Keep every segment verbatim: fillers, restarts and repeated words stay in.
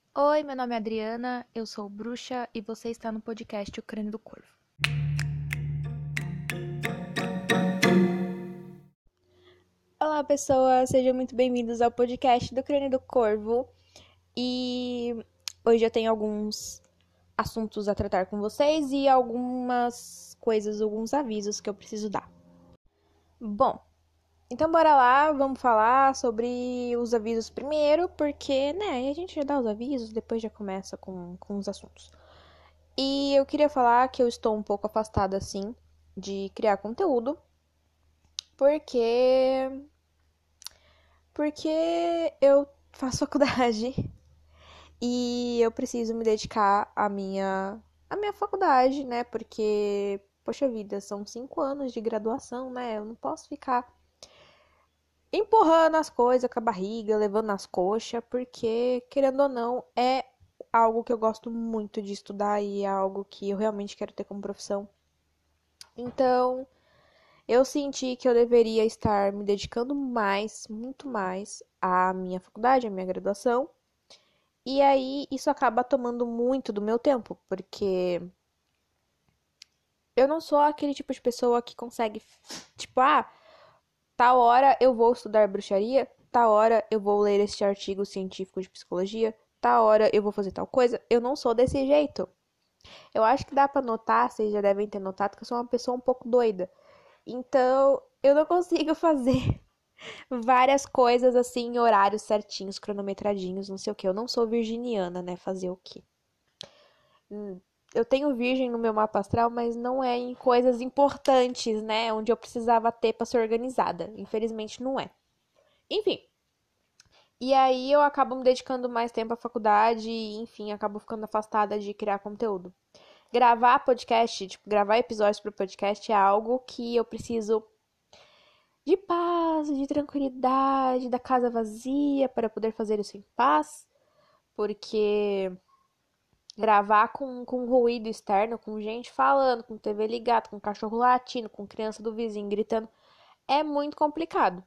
Oi, meu nome é Adriana, eu sou bruxa e você está no podcast O Crânio do Corvo. Olá, pessoas, sejam muito bem-vindos ao podcast do Crânio do Corvo. E hoje eu tenho alguns assuntos a tratar com vocês e algumas coisas, alguns avisos que eu preciso dar. Bom, então bora lá, vamos falar sobre os avisos primeiro, porque, né, a gente já dá os avisos, depois já começa com, com os assuntos. E eu queria falar que eu estou um pouco afastada, assim, de criar conteúdo, porque porque eu faço faculdade e eu preciso me dedicar à minha à minha faculdade, né? Porque, poxa vida, são cinco anos de graduação, né? Eu não posso ficar empurrando as coisas com a barriga, levando nas coxas, porque, querendo ou não, é algo que eu gosto muito de estudar e é algo que eu realmente quero ter como profissão. Então, eu senti que eu deveria estar me dedicando mais, muito mais à minha faculdade, à minha graduação. E aí isso acaba tomando muito do meu tempo, porque eu não sou aquele tipo de pessoa que consegue, tipo, ah, tal hora eu vou estudar bruxaria, tal hora eu vou ler este artigo científico de psicologia, tal hora eu vou fazer tal coisa. Eu não sou desse jeito. Eu acho que dá pra notar, vocês já devem ter notado que eu sou uma pessoa um pouco doida. Então, eu não consigo fazer várias coisas assim, em horários certinhos, cronometradinhos, não sei o que. Eu não sou virginiana, né? Fazer o quê? Hum, Eu tenho virgem no meu mapa astral, mas não é em coisas importantes, né? Onde eu precisava ter pra ser organizada. Infelizmente não é. Enfim. E aí eu acabo me dedicando mais tempo à faculdade e, enfim, acabo ficando afastada de criar conteúdo. Gravar podcast, tipo, gravar episódios pro podcast é algo que eu preciso de paz, de tranquilidade, da casa vazia para poder fazer isso em paz, porque gravar com, com ruído externo, com gente falando, com T V ligada, com cachorro latindo, com criança do vizinho gritando, é muito complicado.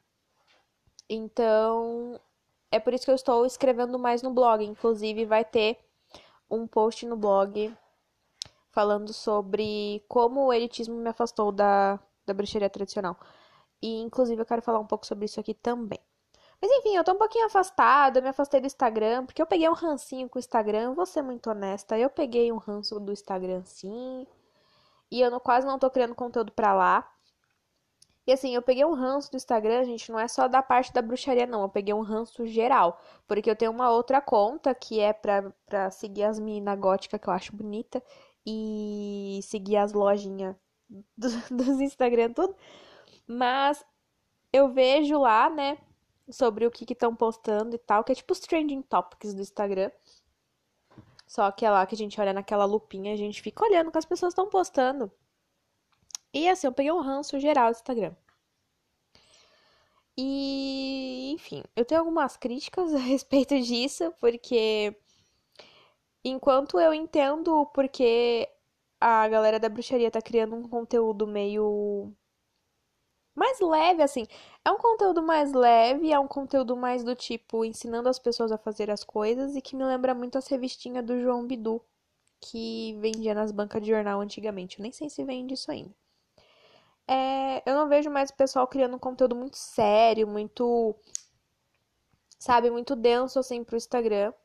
Então, é por isso que eu estou escrevendo mais no blog. Inclusive, vai ter um post no blog falando sobre como o elitismo me afastou da, da bruxaria tradicional. E, inclusive, eu quero falar um pouco sobre isso aqui também. Mas enfim, eu tô um pouquinho afastada, me afastei do Instagram, porque eu peguei um rancinho com o Instagram, vou ser muito honesta, eu peguei um ranço do Instagram sim, e eu não, quase não tô criando conteúdo pra lá. E assim, eu peguei um ranço do Instagram, gente, não é só da parte da bruxaria não, eu peguei um ranço geral, porque eu tenho uma outra conta que é pra, pra seguir as meninas góticas que eu acho bonita, e seguir as lojinhas do, dos Instagram, tudo, mas eu vejo lá, né, sobre o que estão postando e tal, que é tipo os trending topics do Instagram. Só que é lá que a gente olha naquela lupinha, a gente fica olhando o que as pessoas estão postando. E assim, eu peguei um ranço geral do Instagram. E, enfim, eu tenho algumas críticas a respeito disso, porque enquanto eu entendo porque a galera da bruxaria tá criando um conteúdo meio mais leve, assim. É um conteúdo mais leve, é um conteúdo mais do tipo ensinando as pessoas a fazer as coisas e que me lembra muito as revistinhas do João Bidu, que vendia nas bancas de jornal antigamente. Eu nem sei se vende isso ainda. É, eu não vejo mais o pessoal criando um conteúdo muito sério, muito, sabe, muito denso assim pro Instagram.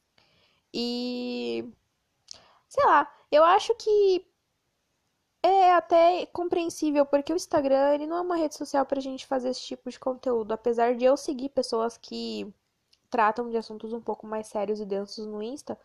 E, sei lá, eu acho que é até compreensível, porque o Instagram, ele não é uma rede social pra gente fazer esse tipo de conteúdo. Apesar de eu seguir pessoas que tratam de assuntos um pouco mais sérios e densos no Insta,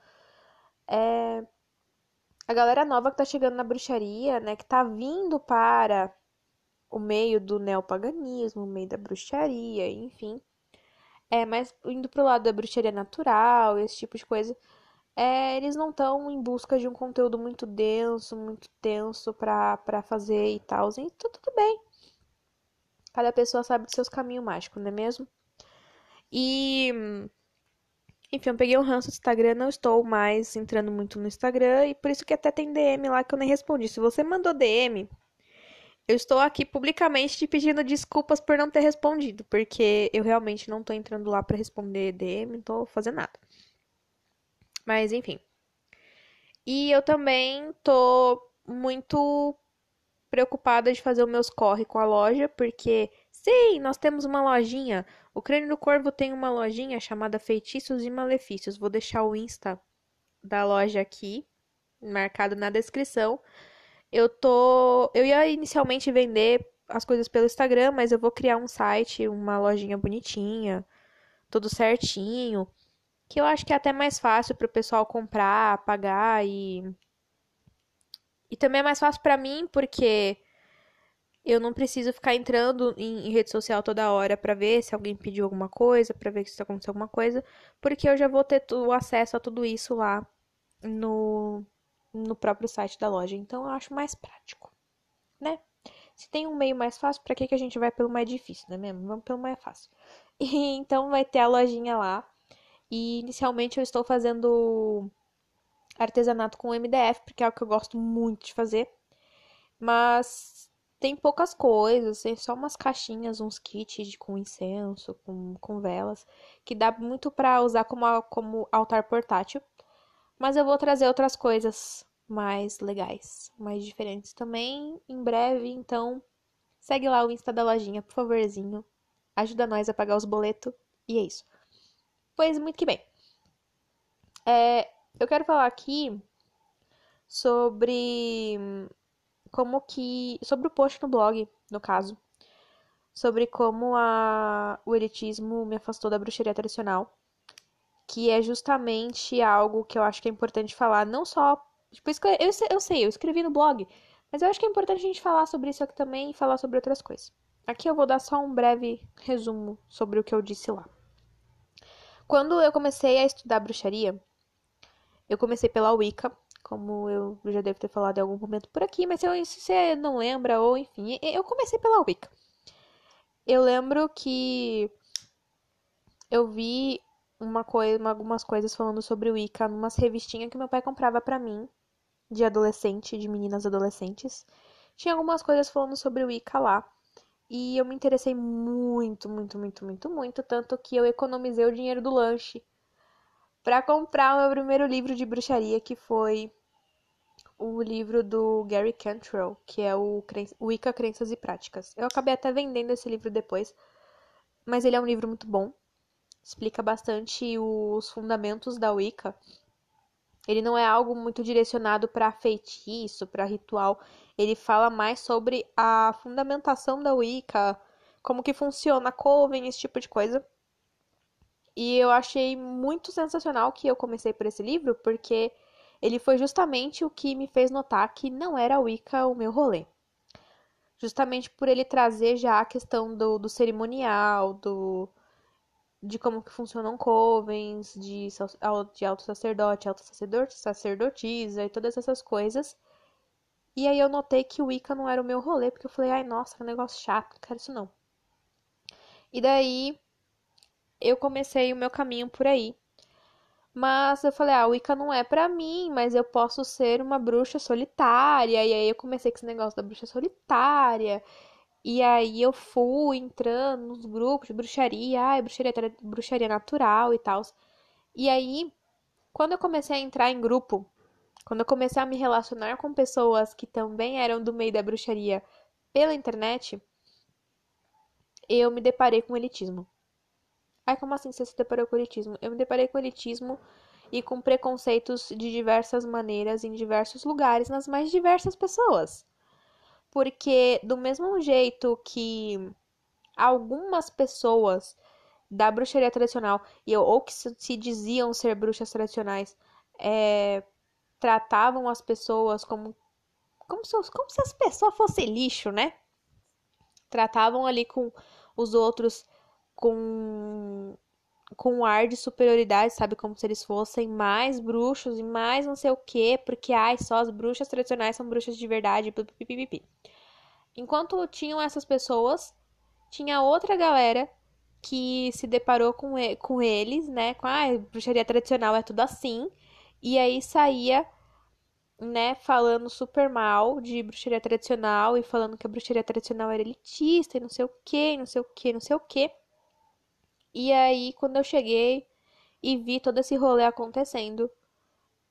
a galera nova que tá chegando na bruxaria, né, que tá vindo para o meio do neopaganismo, o meio da bruxaria, enfim, é, mas indo pro lado da bruxaria natural, esse tipo de coisa, é, eles não estão em busca de um conteúdo muito denso, muito tenso pra, pra fazer e tal, e tá tudo bem. Cada pessoa sabe dos seus caminhos mágicos, não é mesmo? E, enfim, eu peguei um ranço do Instagram, não estou mais entrando muito no Instagram, e por isso que até tem D M lá que eu nem respondi. Se você mandou D M, eu estou aqui publicamente te pedindo desculpas por não ter respondido, porque eu realmente não tô entrando lá pra responder D M, não tô fazendo nada. Mas enfim. E eu também tô muito preocupada de fazer os meus corre com a loja, porque sim, nós temos uma lojinha. O Crânio do Corvo tem uma lojinha chamada Feitiços e Malefícios. Vou deixar o Insta da loja aqui, marcado na descrição. Eu tô, eu ia inicialmente vender as coisas pelo Instagram, mas eu vou criar um site, uma lojinha bonitinha, tudo certinho, que eu acho que é até mais fácil para o pessoal comprar, pagar e e também é mais fácil para mim porque eu não preciso ficar entrando em, em rede social toda hora para ver se alguém pediu alguma coisa, para ver se aconteceu alguma coisa, porque eu já vou ter tu- o acesso a tudo isso lá no, no próprio site da loja. Então eu acho mais prático, né? Se tem um meio mais fácil, pra que que a gente vai pelo mais difícil, não é mesmo? Vamos pelo mais fácil. E então vai ter a lojinha lá. E inicialmente eu estou fazendo artesanato com M D F, porque é algo que eu gosto muito de fazer. Mas tem poucas coisas, tem só umas caixinhas, uns kits de- com incenso, com, com velas, que dá muito pra usar como, a- como altar portátil. Mas eu vou trazer outras coisas mais legais, mais diferentes também em breve, então segue lá o Insta da lojinha, por favorzinho. Ajuda nós a pagar os boletos. E é isso. Pois muito que bem. É, eu quero falar aqui sobre como que. Sobre o post no blog, no caso. Sobre como a, o elitismo me afastou da bruxaria tradicional. Que é justamente algo que eu acho que é importante falar. Não só. Tipo, eu, eu sei, eu escrevi no blog. Mas eu acho que é importante a gente falar sobre isso aqui também e falar sobre outras coisas. Aqui eu vou dar só um breve resumo sobre o que eu disse lá. Quando eu comecei a estudar bruxaria, eu comecei pela Wicca, como eu já devo ter falado em algum momento por aqui, mas se, se você não lembra, ou enfim, eu comecei pela Wicca. Eu lembro que eu vi uma coisa, algumas coisas falando sobre o Wicca numas revistinhas que meu pai comprava pra mim, de adolescente, de meninas adolescentes. Tinha algumas coisas falando sobre o Wicca lá. E eu me interessei muito, muito, muito, muito, muito, tanto que eu economizei o dinheiro do lanche para comprar o meu primeiro livro de bruxaria, que foi o livro do Gary Cantrell, que é o Wicca, Crenças e Práticas. Eu acabei até vendendo esse livro depois, mas ele é um livro muito bom. Explica bastante os fundamentos da Wicca. Ele não é algo muito direcionado para feitiço, para ritual. Ele fala mais sobre a fundamentação da Wicca, como que funciona a Coven, esse tipo de coisa. E eu achei muito sensacional que eu comecei por esse livro, porque ele foi justamente o que me fez notar que não era a Wicca o meu rolê. Justamente por ele trazer já a questão do, do cerimonial, do, de como que funcionam covens, de, de alto sacerdote, alta sacerdote, sacerdotisa e todas essas coisas. E aí eu notei que o Wicca não era o meu rolê, porque eu falei, ai, nossa, que negócio chato, não quero isso não. E daí eu comecei o meu caminho por aí. Mas eu falei, ah, o Wicca não é pra mim, mas eu posso ser uma bruxa solitária. E aí eu comecei com esse negócio da bruxa solitária. E aí eu fui entrando nos grupos de bruxaria, ai, bruxaria, bruxaria natural e tal. E aí, quando eu comecei a entrar em grupo, quando eu comecei a me relacionar com pessoas que também eram do meio da bruxaria pela internet, eu me deparei com elitismo. Ai, como assim você se deparou com elitismo? Eu me deparei com elitismo e com preconceitos de diversas maneiras, em diversos lugares, nas mais diversas pessoas. Porque, do mesmo jeito que algumas pessoas da bruxaria tradicional, e ou que se diziam ser bruxas tradicionais, é, tratavam as pessoas como, como, se, como se as pessoas fossem lixo, né? Tratavam ali com os outros com com um ar de superioridade, sabe? Como se eles fossem mais bruxos e mais não sei o quê, porque, ai, só as bruxas tradicionais são bruxas de verdade, pipipipi. Enquanto tinham essas pessoas, tinha outra galera que se deparou com, e- com eles, né? Com, ah, bruxaria tradicional é tudo assim. E aí saía, né, falando super mal de bruxaria tradicional e falando que a bruxaria tradicional era elitista e não sei o quê, não sei o quê, não sei o quê. E aí, quando eu cheguei e vi todo esse rolê acontecendo,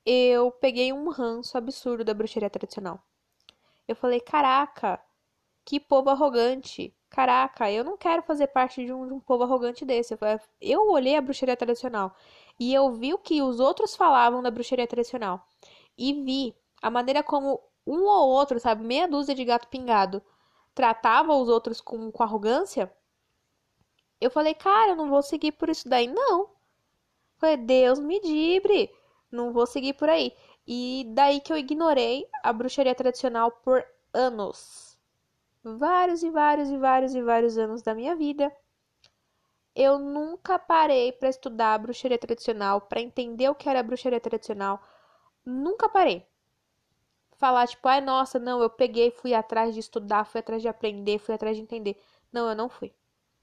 eu peguei um ranço absurdo da bruxaria tradicional. Eu falei, caraca, que povo arrogante. Caraca, eu não quero fazer parte de um, de um povo arrogante desse. Eu falei, eu olhei a bruxaria tradicional e eu vi o que os outros falavam da bruxaria tradicional. E vi a maneira como um ou outro, sabe, meia dúzia de gato pingado, tratava os outros com, com arrogância. Eu falei, cara, eu não vou seguir por isso daí, não. Falei, Deus me livre, não vou seguir por aí. E daí que eu ignorei a bruxaria tradicional por anos. Vários e vários e vários e vários anos da minha vida. Eu nunca parei para estudar a bruxaria tradicional, para entender o que era a bruxaria tradicional. Nunca parei. Falar tipo, ai, nossa, não, eu peguei, fui atrás de estudar, fui atrás de aprender, fui atrás de entender. Não, eu não fui.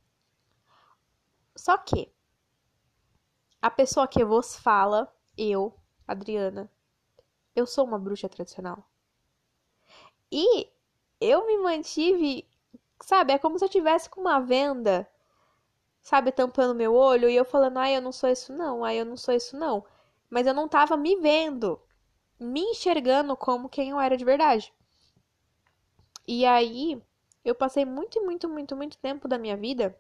Só que a pessoa que vos fala, eu, Adriana, eu sou uma bruxa tradicional. E eu me mantive, sabe, é como se eu tivesse com uma venda, sabe, tampando meu olho e eu falando, ai, eu não sou isso não, ai, eu não sou isso não. Mas eu não tava me vendo, me enxergando como quem eu era de verdade. E aí, eu passei muito, muito, muito, muito tempo da minha vida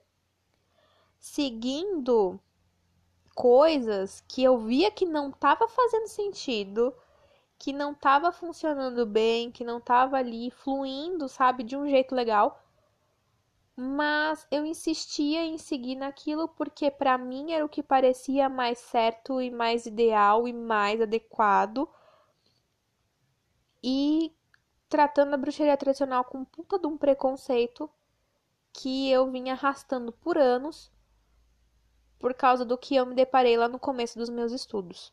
seguindo coisas que eu via que não tava fazendo sentido, que não tava funcionando bem, que não tava ali fluindo, sabe, de um jeito legal. Mas eu insistia em seguir naquilo porque para mim era o que parecia mais certo e mais ideal e mais adequado. E tratando a bruxaria tradicional com um puta de um preconceito que eu vinha arrastando por anos por causa do que eu me deparei lá no começo dos meus estudos.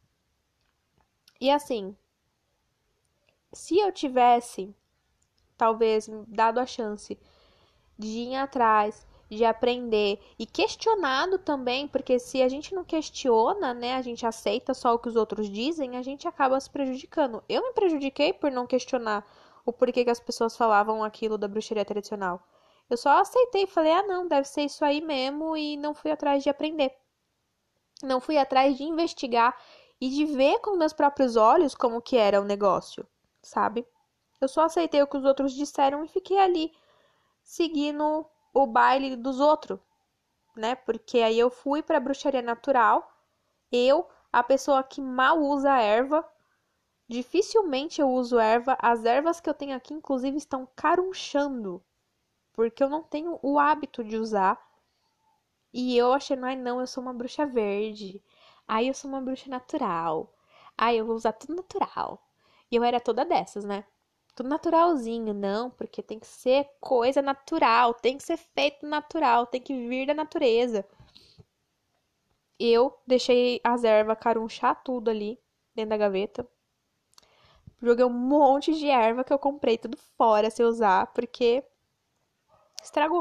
E assim, se eu tivesse talvez dado a chance de ir atrás, de aprender e questionado também, porque se a gente não questiona, né, a gente aceita só o que os outros dizem, a gente acaba se prejudicando. Eu me prejudiquei por não questionar o porquê que as pessoas falavam aquilo da bruxaria tradicional. Eu só aceitei e falei, ah, não, deve ser isso aí mesmo, e não fui atrás de aprender. Não fui atrás de investigar e de ver com meus próprios olhos como que era o negócio, sabe? Eu só aceitei o que os outros disseram e fiquei ali seguindo o baile dos outros, né? Porque aí eu fui pra bruxaria natural. Eu, a pessoa que mal usa a erva, dificilmente eu uso erva. As ervas que eu tenho aqui, inclusive, estão carunchando, porque eu não tenho o hábito de usar. E eu achando, ai não, eu sou uma bruxa verde. Ai, eu sou uma bruxa natural. Ai, eu vou usar tudo natural. E eu era toda dessas, né? Tudo naturalzinho, não, porque tem que ser coisa natural, tem que ser feito natural, tem que vir da natureza. Eu deixei as ervas carunchar tudo ali dentro da gaveta. Joguei um monte de erva que eu comprei tudo fora sem usar, porque estragou.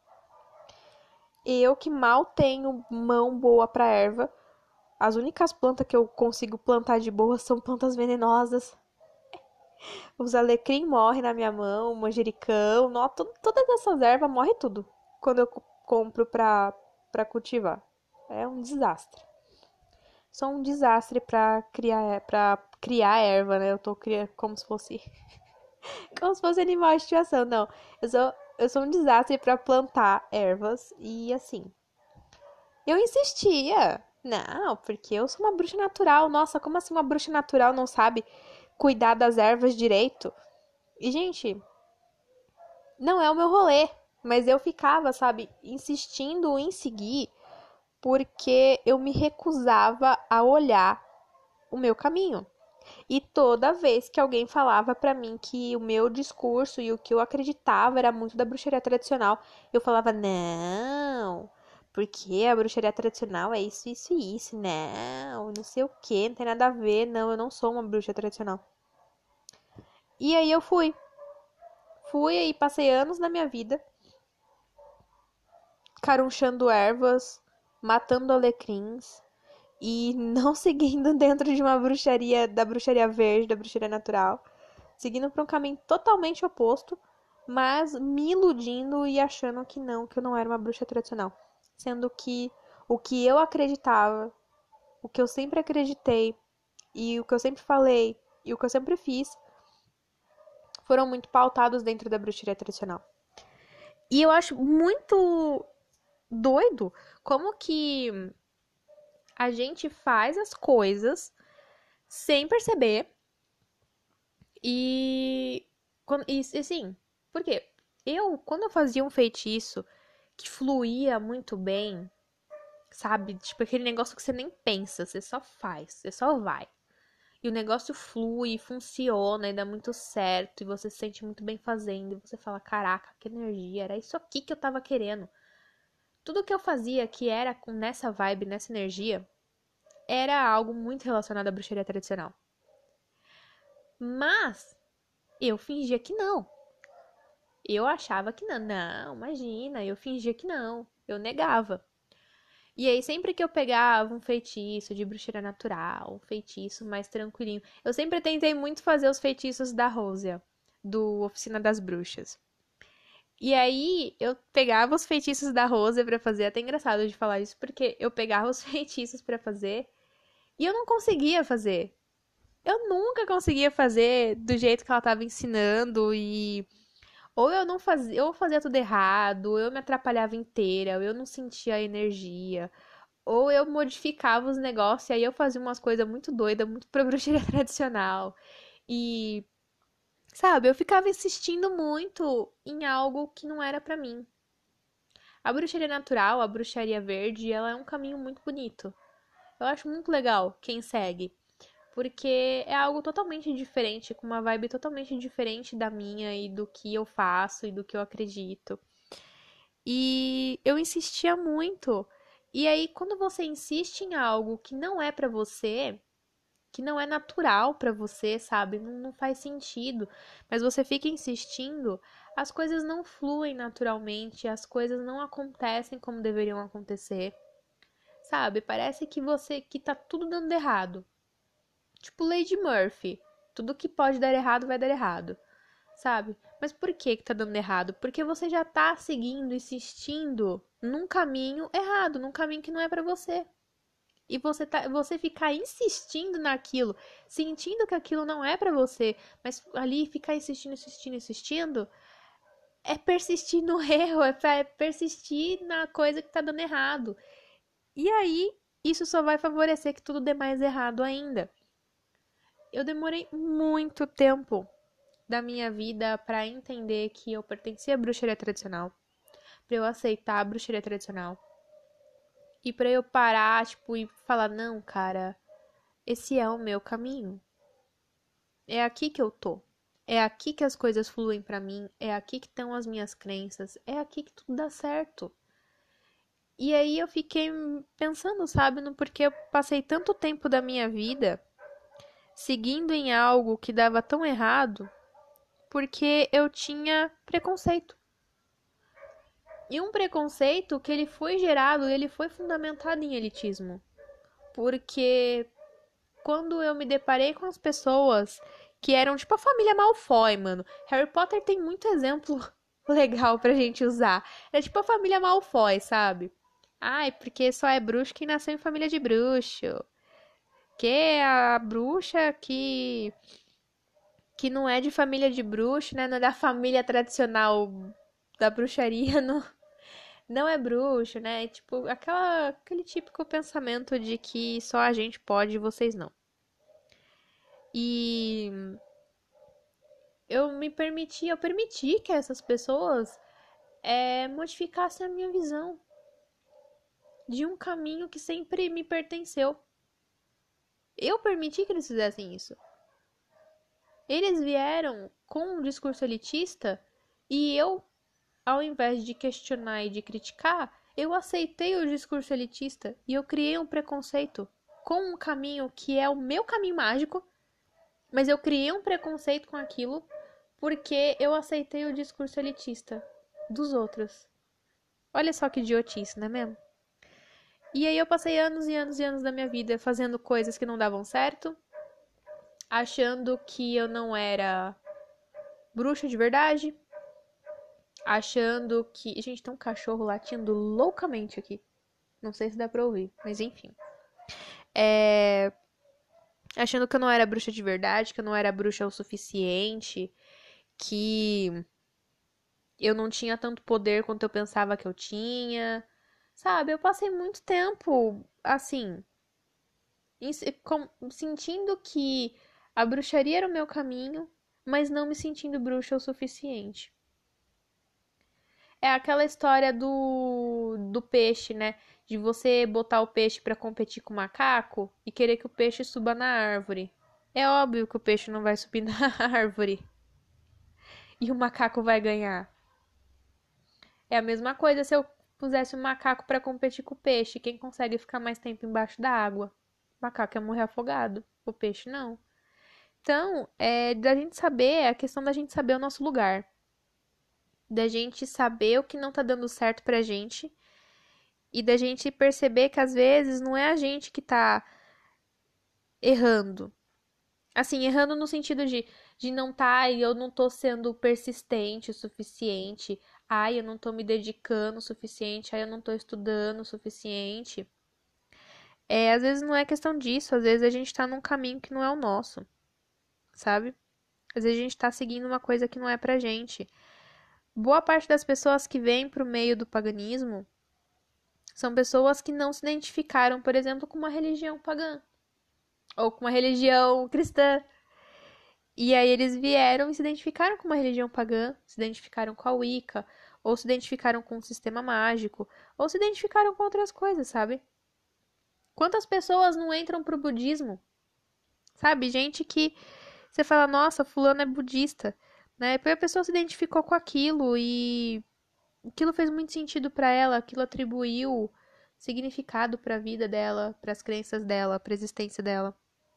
Eu que mal tenho mão boa pra erva, as únicas plantas que eu consigo plantar de boa são plantas venenosas. Os alecrim morrem na minha mão, o manjericão, nó, to- todas essas ervas morrem tudo quando eu co- compro pra, pra cultivar. É um desastre. Sou um desastre pra criar, pra criar erva, né? Eu tô criando como se fosse, como se fosse animal de estimação. Não, eu sou, eu sou um desastre pra plantar ervas e assim. Eu insistia. Não, porque eu sou uma bruxa natural. Nossa, como assim uma bruxa natural não sabe cuidar das ervas direito? E, gente, não é o meu rolê. Mas eu ficava, sabe, insistindo em seguir porque eu me recusava a olhar o meu caminho. E toda vez que alguém falava pra mim que o meu discurso e o que eu acreditava era muito da bruxaria tradicional, eu falava, não, porque a bruxaria tradicional é isso, isso e isso, não, não sei o que, não tem nada a ver, não, eu não sou uma bruxa tradicional. E aí eu fui, fui e passei anos da minha vida carunchando ervas, matando alecrins e não seguindo dentro de uma bruxaria, da bruxaria verde, da bruxaria natural, seguindo para um caminho totalmente oposto, mas me iludindo e achando que não, que eu não era uma bruxa tradicional, sendo que o que eu acreditava, o que eu sempre acreditei e o que eu sempre falei e o que eu sempre fiz foram muito pautados dentro da bruxaria tradicional. E eu acho muito doido como que a gente faz as coisas sem perceber e, e assim, por quê? Eu, quando eu fazia um feitiço que fluía muito bem, sabe? Tipo aquele negócio que você nem pensa, você só faz, você só vai. E o negócio flui, funciona e dá muito certo, e você se sente muito bem fazendo, e você fala, caraca, que energia, era isso aqui que eu tava querendo. Tudo que eu fazia que era com nessa vibe, nessa energia, era algo muito relacionado à bruxaria tradicional. Mas eu fingia que não. Eu achava que não. Não, imagina, eu fingia que não. Eu negava. E aí, sempre que eu pegava um feitiço de bruxaria natural, um feitiço mais tranquilinho, eu sempre tentei muito fazer os feitiços da Rosia, do Oficina das Bruxas. E aí, eu pegava os feitiços da Rosia pra fazer, até engraçado de falar isso, porque eu pegava os feitiços pra fazer e eu não conseguia fazer. Eu nunca conseguia fazer do jeito que ela tava ensinando e ou eu não fazia, ou eu fazia tudo errado, ou eu me atrapalhava inteira, ou eu não sentia a energia. Ou eu modificava os negócios e aí eu fazia umas coisas muito doidas, muito pra bruxaria tradicional. E, sabe, eu ficava insistindo muito em algo que não era pra mim. A bruxaria natural, a bruxaria verde, ela é um caminho muito bonito. Eu acho muito legal quem segue, porque é algo totalmente diferente, com uma vibe totalmente diferente da minha e do que eu faço e do que eu acredito. E eu insistia muito. E aí, quando você insiste em algo que não é pra você, que não é natural pra você, sabe? Não, não faz sentido, mas você fica insistindo, as coisas não fluem naturalmente, as coisas não acontecem como deveriam acontecer, sabe? Parece que você que tá tudo dando errado. Tipo Lady Murphy, tudo que pode dar errado vai dar errado, sabe? Mas por que que tá dando errado? Porque você já tá seguindo, insistindo num caminho errado, num caminho que não é pra você. E você tá, você ficar insistindo naquilo, sentindo que aquilo não é pra você, mas ali ficar insistindo, insistindo, insistindo, é persistir no erro, é é persistir na coisa que tá dando errado. E aí, isso só vai favorecer que tudo dê mais errado ainda. Eu demorei muito tempo da minha vida pra entender que eu pertencia à bruxaria tradicional, pra eu aceitar a bruxaria tradicional. E pra eu parar, tipo, e falar, não, cara, esse é o meu caminho. É aqui que eu tô. É aqui que as coisas fluem pra mim, é aqui que estão as minhas crenças, é aqui que tudo dá certo. E aí eu fiquei pensando, sabe, no porquê eu passei tanto tempo da minha vida seguindo em algo que dava tão errado, porque eu tinha preconceito. E um preconceito que ele foi gerado, ele foi fundamentado em elitismo. Porque quando eu me deparei com as pessoas que eram tipo a família Malfoy, mano. Harry Potter tem muito exemplo legal pra gente usar. É tipo a família Malfoy, sabe? Ai, porque só é bruxo quem nasceu em família de bruxo. Que a bruxa que que não é de família de bruxo, né? Não é da família tradicional da bruxaria, não, não é bruxo, né? Tipo, aquela, aquele típico pensamento de que só a gente pode e vocês não. E eu me permiti, eu permiti que essas pessoas é, modificassem a minha visão de um caminho que sempre me pertenceu. Eu permiti que eles fizessem isso. Eles vieram com um discurso elitista e eu, ao invés de questionar e de criticar, eu aceitei o discurso elitista e eu criei um preconceito com um caminho que é o meu caminho mágico, mas eu criei um preconceito com aquilo porque eu aceitei o discurso elitista dos outros. Olha só que idiotice, não é mesmo? E aí eu passei anos e anos e anos da minha vida fazendo coisas que não davam certo, achando que eu não era bruxa de verdade, achando que... Gente, tem um cachorro latindo loucamente aqui. Não sei se dá pra ouvir, mas enfim. É... achando que eu não era bruxa de verdade, que eu não era bruxa o suficiente, que eu não tinha tanto poder quanto eu pensava que eu tinha. Sabe, eu passei muito tempo assim, sentindo que a bruxaria era o meu caminho, mas não me sentindo bruxa o suficiente. É aquela história do, do peixe, né? De você botar o peixe para competir com o macaco e querer que o peixe suba na árvore. É óbvio que o peixe não vai subir na árvore e o macaco vai ganhar. É a mesma coisa se eu pusesse um macaco para competir com o peixe. Quem consegue ficar mais tempo embaixo da água? O macaco ia morrer afogado, o peixe não. Então, é da gente saber, é a questão da gente saber o nosso lugar. Da gente saber o que não tá dando certo pra gente e da gente perceber que às vezes não é a gente que tá errando. Assim, errando no sentido de, de não tá, e eu não tô sendo persistente o suficiente. Ai, eu não tô me dedicando o suficiente. Ai, eu não tô estudando o suficiente. É, às vezes não é questão disso. Às vezes a gente tá num caminho que não é o nosso, sabe? Às vezes a gente tá seguindo uma coisa que não é pra gente. Boa parte das pessoas que vêm pro meio do paganismo são pessoas que não se identificaram, por exemplo, com uma religião pagã ou com uma religião cristã. E aí eles vieram e se identificaram com uma religião pagã, se identificaram com a Wicca, ou se identificaram com um sistema mágico, ou se identificaram com outras coisas, sabe? Quantas pessoas não entram pro budismo? Sabe? Gente que você fala, nossa, fulano é budista, né? Porque a pessoa se identificou com aquilo e aquilo fez muito sentido pra ela, aquilo atribuiu significado pra vida dela, pras crenças dela, pra existência dela.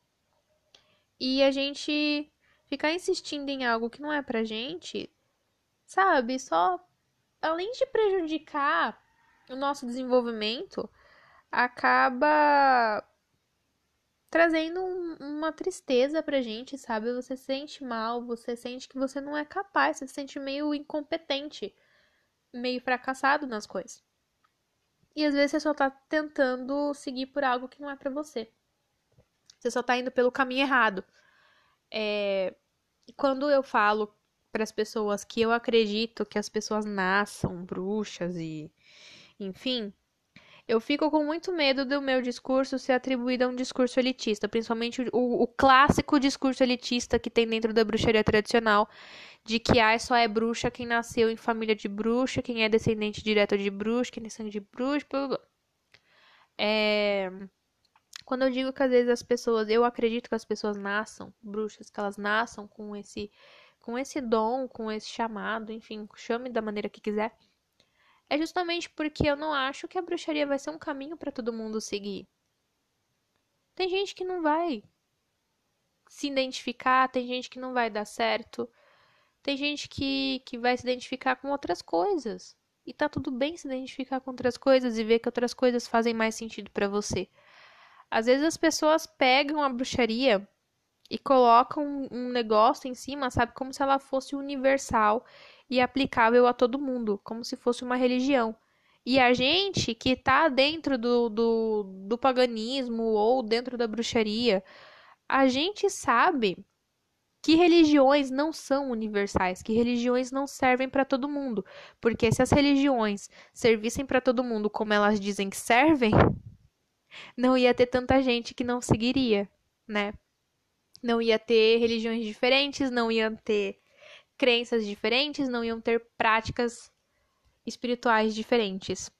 E a gente ficar insistindo em algo que não é pra gente, sabe? Só, além de prejudicar o nosso desenvolvimento, acaba trazendo um- uma tristeza pra gente, sabe? Você se sente mal, você sente que você não é capaz, você se sente meio incompetente, meio fracassado nas coisas. E às vezes você só tá tentando seguir por algo que não é pra você. Você só tá indo pelo caminho errado. É, quando eu falo para as pessoas que eu acredito que as pessoas nasçam bruxas e, enfim, eu fico com muito medo do meu discurso ser atribuído a um discurso elitista, principalmente o, o clássico discurso elitista que tem dentro da bruxaria tradicional, de que ah, só é bruxa quem nasceu em família de bruxa, quem é descendente direto de bruxa, quem tem sangue de bruxa, blá blá blá. É... Quando eu digo que às vezes as pessoas, eu acredito que as pessoas nasçam bruxas, que elas nasçam com esse com esse dom, com esse chamado, enfim, chame da maneira que quiser, é justamente porque eu não acho que a bruxaria vai ser um caminho para todo mundo seguir. Tem gente que não vai se identificar, tem gente que não vai dar certo, tem gente que, que vai se identificar com outras coisas. E tá tudo bem se identificar com outras coisas e ver que outras coisas fazem mais sentido para você. Às vezes as pessoas pegam a bruxaria e colocam um, um negócio em cima, sabe? Como se ela fosse universal e aplicável a todo mundo, como se fosse uma religião. E a gente que tá dentro do, do, do paganismo ou dentro da bruxaria, a gente sabe que religiões não são universais, que religiões não servem para todo mundo. Porque se as religiões servissem para todo mundo como elas dizem que servem, não ia ter tanta gente que não seguiria, né? Não ia ter religiões diferentes, não iam ter crenças diferentes, não iam ter práticas espirituais diferentes.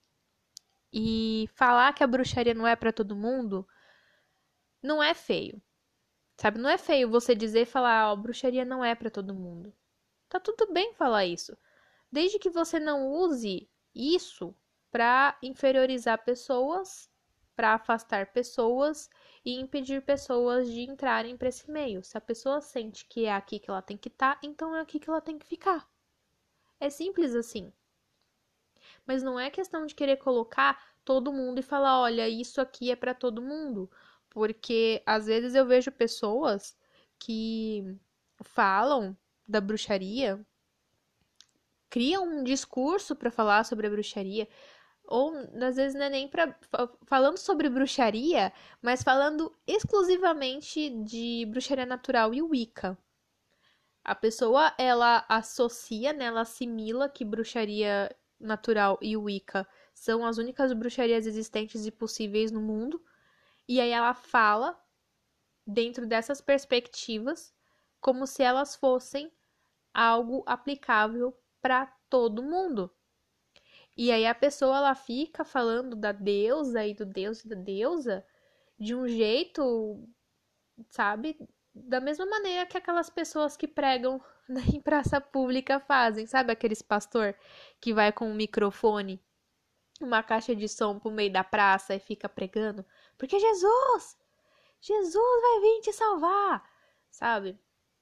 E falar que a bruxaria não é para todo mundo não é feio. Sabe? Não é feio você dizer e falar, ó, oh, bruxaria não é para todo mundo. Tá tudo bem falar isso. Desde que você não use isso para inferiorizar pessoas, para afastar pessoas e impedir pessoas de entrarem para esse meio. Se a pessoa sente que é aqui que ela tem que estar, então é aqui que ela tem que ficar. É simples assim. Mas não é questão de querer colocar todo mundo e falar, olha, isso aqui é para todo mundo, porque às vezes eu vejo pessoas que falam da bruxaria, criam um discurso para falar sobre a bruxaria. Ou às vezes não é nem pra, falando sobre bruxaria, mas falando exclusivamente de bruxaria natural e Wicca. A pessoa, ela associa, né, ela assimila que bruxaria natural e Wicca são as únicas bruxarias existentes e possíveis no mundo. E aí ela fala dentro dessas perspectivas como se elas fossem algo aplicável para todo mundo. E aí a pessoa ela fica falando da deusa e do deus e da deusa de um jeito, sabe? Da mesma maneira que aquelas pessoas que pregam em praça pública fazem, sabe? Aqueles pastor que vai com um microfone, uma caixa de som pro meio da praça e fica pregando, porque Jesus, Jesus vai vir te salvar, sabe?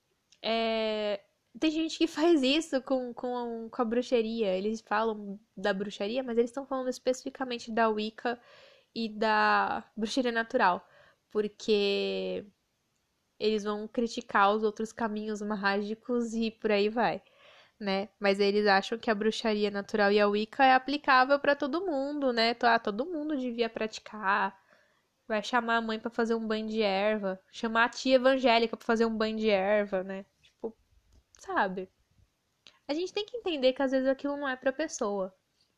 É... Tem gente que faz isso com, com, com a bruxaria. Eles falam da bruxaria, mas eles estão falando especificamente da Wicca e da bruxaria natural. Porque eles vão criticar os outros caminhos mágicos e por aí vai, né? Mas eles acham que a bruxaria natural e a Wicca é aplicável para todo mundo, né? Ah, todo mundo devia praticar. Vai chamar a mãe para fazer um banho de erva, chamar a tia evangélica para fazer um banho de erva, né? Tipo, sabe? A gente tem que entender que às vezes aquilo não é pra pessoa.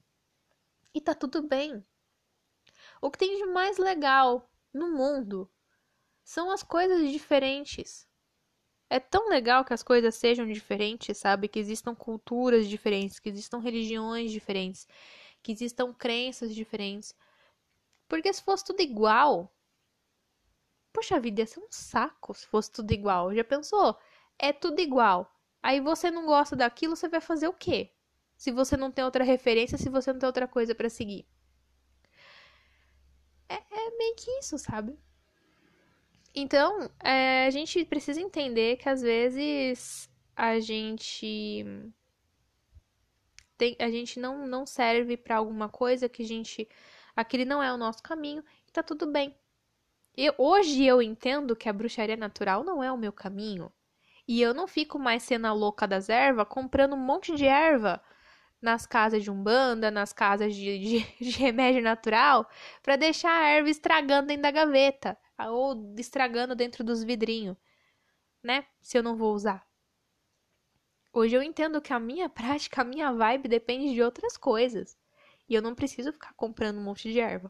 E tá tudo bem. O que tem de mais legal no mundo são as coisas diferentes. É tão legal que as coisas sejam diferentes, sabe? Que existam culturas diferentes, que existam religiões diferentes, que existam crenças diferentes. Porque se fosse tudo igual, poxa vida, ia ser um saco se fosse tudo igual. Já pensou? É tudo igual. Aí você não gosta daquilo, você vai fazer o quê? Se você não tem outra referência, se você não tem outra coisa pra seguir. É, é meio que isso, sabe? Então, é, a gente precisa entender que às vezes a gente tem, a gente não, não serve pra alguma coisa que a gente, aquele não é o nosso caminho e tá tudo bem. Eu, hoje eu entendo que a bruxaria natural não é o meu caminho. E eu não fico mais sendo a louca das ervas, comprando um monte de erva nas casas de umbanda, nas casas de, de, de remédio natural, pra deixar a erva estragando dentro da gaveta. Ou estragando dentro dos vidrinhos, né? Se eu não vou usar. Hoje eu entendo que a minha prática, a minha vibe depende de outras coisas. E eu não preciso ficar comprando um monte de erva.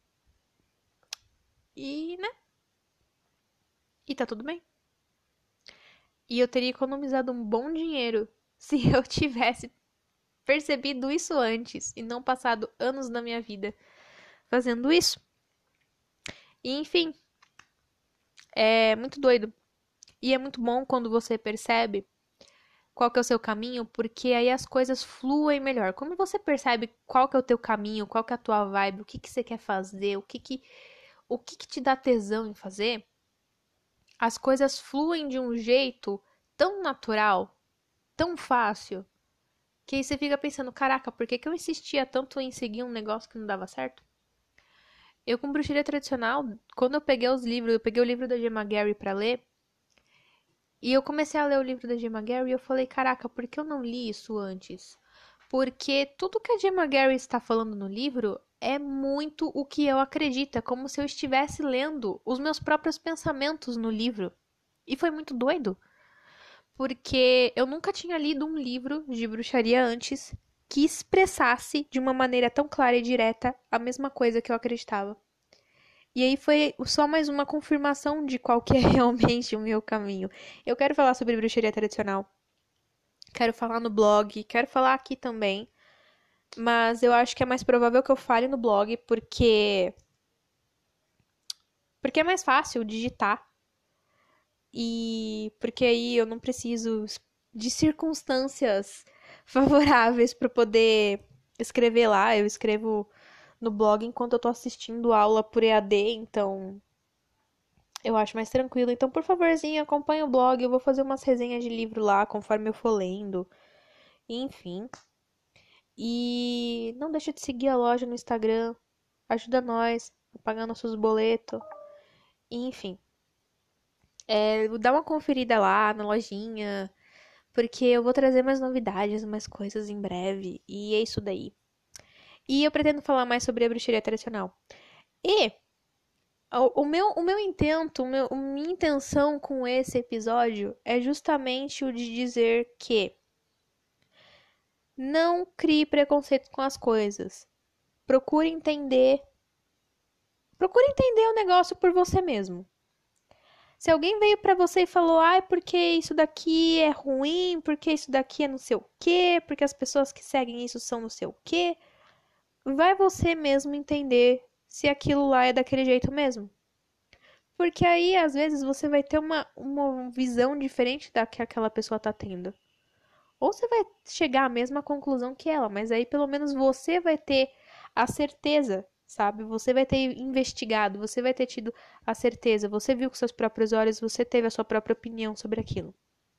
E, né? E tá tudo bem. E eu teria economizado um bom dinheiro se eu tivesse percebido isso antes e não passado anos da minha vida fazendo isso. E, enfim, é muito doido. E é muito bom quando você percebe qual que é o seu caminho, porque aí as coisas fluem melhor. Quando você percebe qual que é o teu caminho, qual que é a tua vibe, o que que você quer fazer, o que que, o que que te dá tesão em fazer, as coisas fluem de um jeito tão natural, tão fácil, que aí você fica pensando, caraca, por que que eu insistia tanto em seguir um negócio que não dava certo? Eu com bruxaria tradicional, quando eu peguei os livros, eu peguei o livro da Gemma Gary pra ler, e eu comecei a ler o livro da Gemma Gary e eu falei, caraca, por que eu não li isso antes? Porque tudo que a Gemma Gary está falando no livro é muito o que eu acredito, é como se eu estivesse lendo os meus próprios pensamentos no livro. E foi muito doido, porque eu nunca tinha lido um livro de bruxaria antes que expressasse de uma maneira tão clara e direta a mesma coisa que eu acreditava. E aí foi só mais uma confirmação de qual que é realmente o meu caminho. Eu quero falar sobre bruxaria tradicional, quero falar no blog, quero falar aqui também, mas eu acho que é mais provável que eu fale no blog porque porque é mais fácil digitar e porque aí eu não preciso de circunstâncias favoráveis para poder escrever lá. Eu escrevo no blog enquanto eu tô assistindo aula por E A D, então eu acho mais tranquilo. Então, por favorzinho, acompanha o blog. Eu vou fazer umas resenhas de livro lá conforme eu for lendo. Enfim. E não deixa de seguir a loja no Instagram. Ajuda nós a pagar nossos boletos. Enfim. É, dá uma conferida lá na lojinha. Porque eu vou trazer mais novidades, mais coisas em breve. E é isso daí. E eu pretendo falar mais sobre a bruxaria tradicional. E o, o meu, o meu intento, o meu, a minha intenção com esse episódio é justamente o de dizer que não crie preconceito com as coisas. Procure entender. Procure entender o negócio por você mesmo. Se alguém veio pra você e falou, ai, porque isso daqui é ruim, porque isso daqui é não sei o quê, porque as pessoas que seguem isso são não sei o quê, vai você mesmo entender se aquilo lá é daquele jeito mesmo. Porque aí, às vezes, você vai ter uma, uma visão diferente da que aquela pessoa tá tendo. Ou você vai chegar à mesma conclusão que ela, mas aí pelo menos você vai ter a certeza, sabe? Você vai ter investigado, você vai ter tido a certeza, você viu com seus próprios olhos, você teve a sua própria opinião sobre aquilo.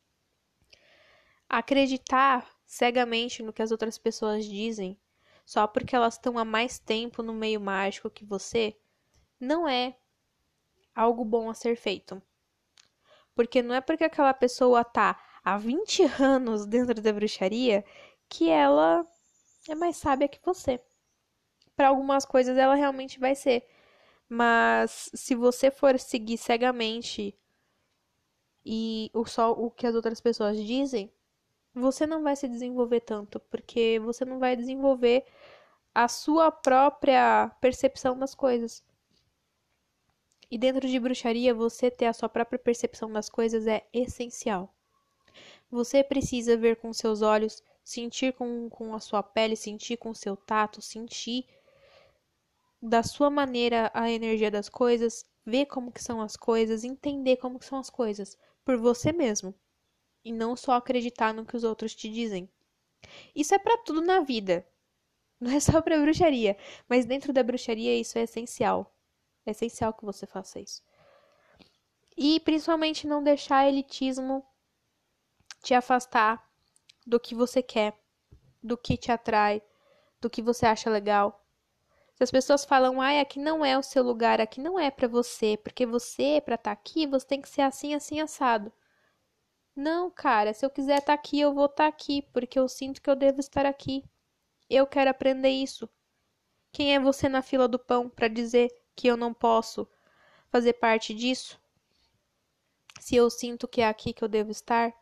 Acreditar cegamente no que as outras pessoas dizem, só porque elas estão há mais tempo no meio mágico que você, não é algo bom a ser feito. Porque não é porque aquela pessoa tá há vinte anos dentro da bruxaria que ela é mais sábia que você. Para algumas coisas ela realmente vai ser. Mas se você for seguir cegamente e o só o que as outras pessoas dizem, você não vai se desenvolver tanto, porque você não vai desenvolver a sua própria percepção das coisas. E dentro de bruxaria, você ter a sua própria percepção das coisas é essencial. Você precisa ver com seus olhos, sentir com, com a sua pele, sentir com o seu tato, sentir da sua maneira a energia das coisas, ver como que são as coisas, entender como que são as coisas, por você mesmo. E não só acreditar no que os outros te dizem. Isso é pra tudo na vida. Não é só pra bruxaria. Mas dentro da bruxaria isso é essencial. É essencial que você faça isso. E principalmente não deixar elitismo te afastar do que você quer, do que te atrai, do que você acha legal. Se as pessoas falam, ai, aqui não é o seu lugar, aqui não é pra você, porque você, pra estar aqui, você tem que ser assim, assim, assado. Não, cara, se eu quiser estar aqui, eu vou estar aqui, porque eu sinto que eu devo estar aqui. Eu quero aprender isso. Quem é você na fila do pão pra dizer que eu não posso fazer parte disso? Se eu sinto que é aqui que eu devo estar?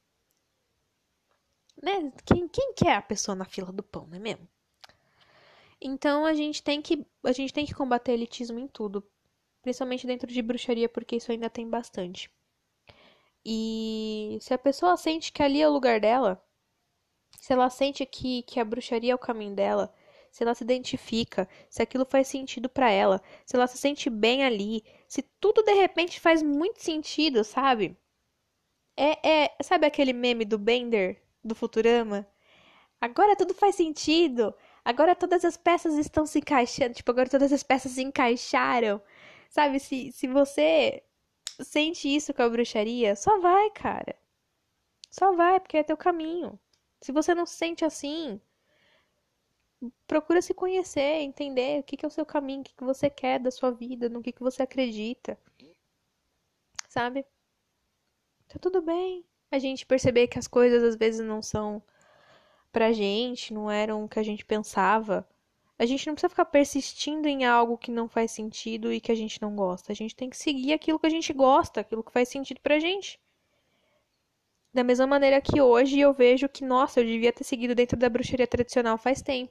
Né? Quem, quem que é a pessoa na fila do pão, não é mesmo? Então a gente tem que a gente tem que combater elitismo em tudo, principalmente dentro de bruxaria, porque isso ainda tem bastante. E se a pessoa sente que ali é o lugar dela, se ela sente que, que a bruxaria é o caminho dela, se ela se identifica, se aquilo faz sentido pra ela, se ela se sente bem ali, se tudo de repente faz muito sentido, sabe? É, é, sabe aquele meme do Bender, do Futurama? Agora tudo faz sentido. Agora todas as peças estão se encaixando. Tipo, agora todas as peças se encaixaram. Sabe, se, se você sente isso com a bruxaria, só vai, cara. Só vai, porque é teu caminho. Se você não se sente assim, procura se conhecer, entender o que, que é o seu caminho, o que, que você quer da sua vida, no que, que você acredita. Sabe? Tá tudo bem. A gente perceber que as coisas às vezes não são pra gente, não eram o que a gente pensava. A gente não precisa ficar persistindo em algo que não faz sentido e que a gente não gosta. A gente tem que seguir aquilo que a gente gosta, aquilo que faz sentido pra gente. Da mesma maneira que hoje eu vejo que, nossa, eu devia ter seguido dentro da bruxaria tradicional faz tempo.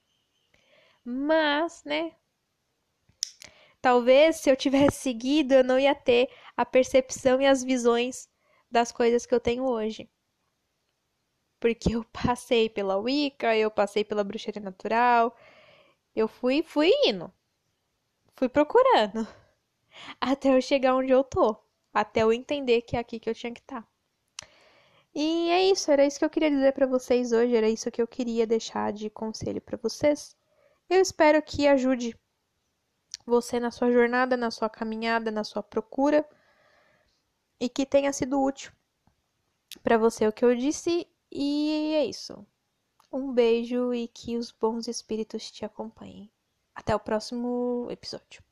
Mas, né? Talvez se eu tivesse seguido, eu não ia ter a percepção e as visões das coisas que eu tenho hoje. Porque eu passei pela Wicca, eu passei pela bruxaria natural, eu fui, fui indo, fui procurando, até eu chegar onde eu tô, até eu entender que é aqui que eu tinha que estar. E é isso, era isso que eu queria dizer pra vocês hoje, era isso que eu queria deixar de conselho pra vocês. Eu espero que ajude você na sua jornada, na sua caminhada, na sua procura e que tenha sido útil pra você o que eu disse. E é isso. Um beijo e que os bons espíritos te acompanhem. Até o próximo episódio.